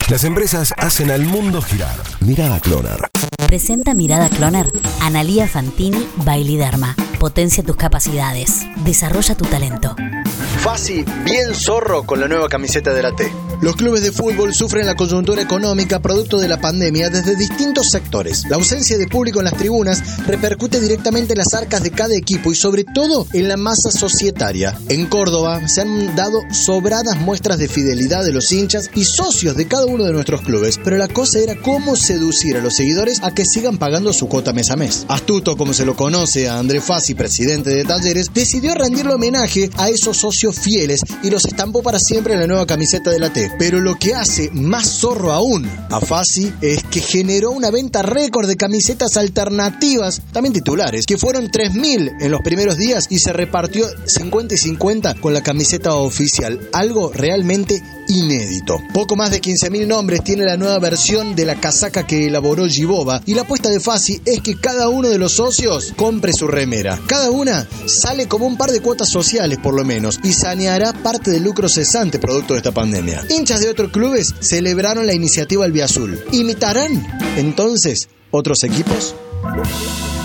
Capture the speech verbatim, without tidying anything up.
Las empresas hacen al mundo girar. Mirada Cloner. Presenta Mirada Cloner. Analía Fantini Bailiderma. Potencia tus capacidades. Desarrolla tu talento. Fasi, bien zorro con la nueva camiseta de la T. Los clubes de fútbol sufren la coyuntura económica producto de la pandemia desde distintos sectores. La ausencia de público en las tribunas repercute directamente en las arcas de cada equipo y sobre todo en la masa societaria. En Córdoba se han dado sobradas muestras de fidelidad de los hinchas y socios de cada uno de nuestros clubes, pero la cosa era cómo seducir a los seguidores a que sigan pagando su cuota mes a mes. Astuto, como se lo conoce a André Fasi, presidente de Talleres, decidió rendirle homenaje a esos socios fieles y los estampó para siempre en la nueva camiseta de la T. Pero lo que hace más zorro aún a Fasi es que generó una venta récord de camisetas alternativas, también titulares, que fueron tres mil en los primeros días y se repartió cincuenta y cincuenta con la camiseta oficial, algo realmente inédito. Poco más de quince mil nombres tiene la nueva versión de la casaca que elaboró Giboba y la apuesta de Fasi es que cada uno de los socios compre su remera. Cada una sale como un par de cuotas sociales por lo menos y saneará parte del lucro cesante producto de esta pandemia. Hinchas de otros clubes celebraron la iniciativa albiazul. ¿Imitarán entonces otros equipos?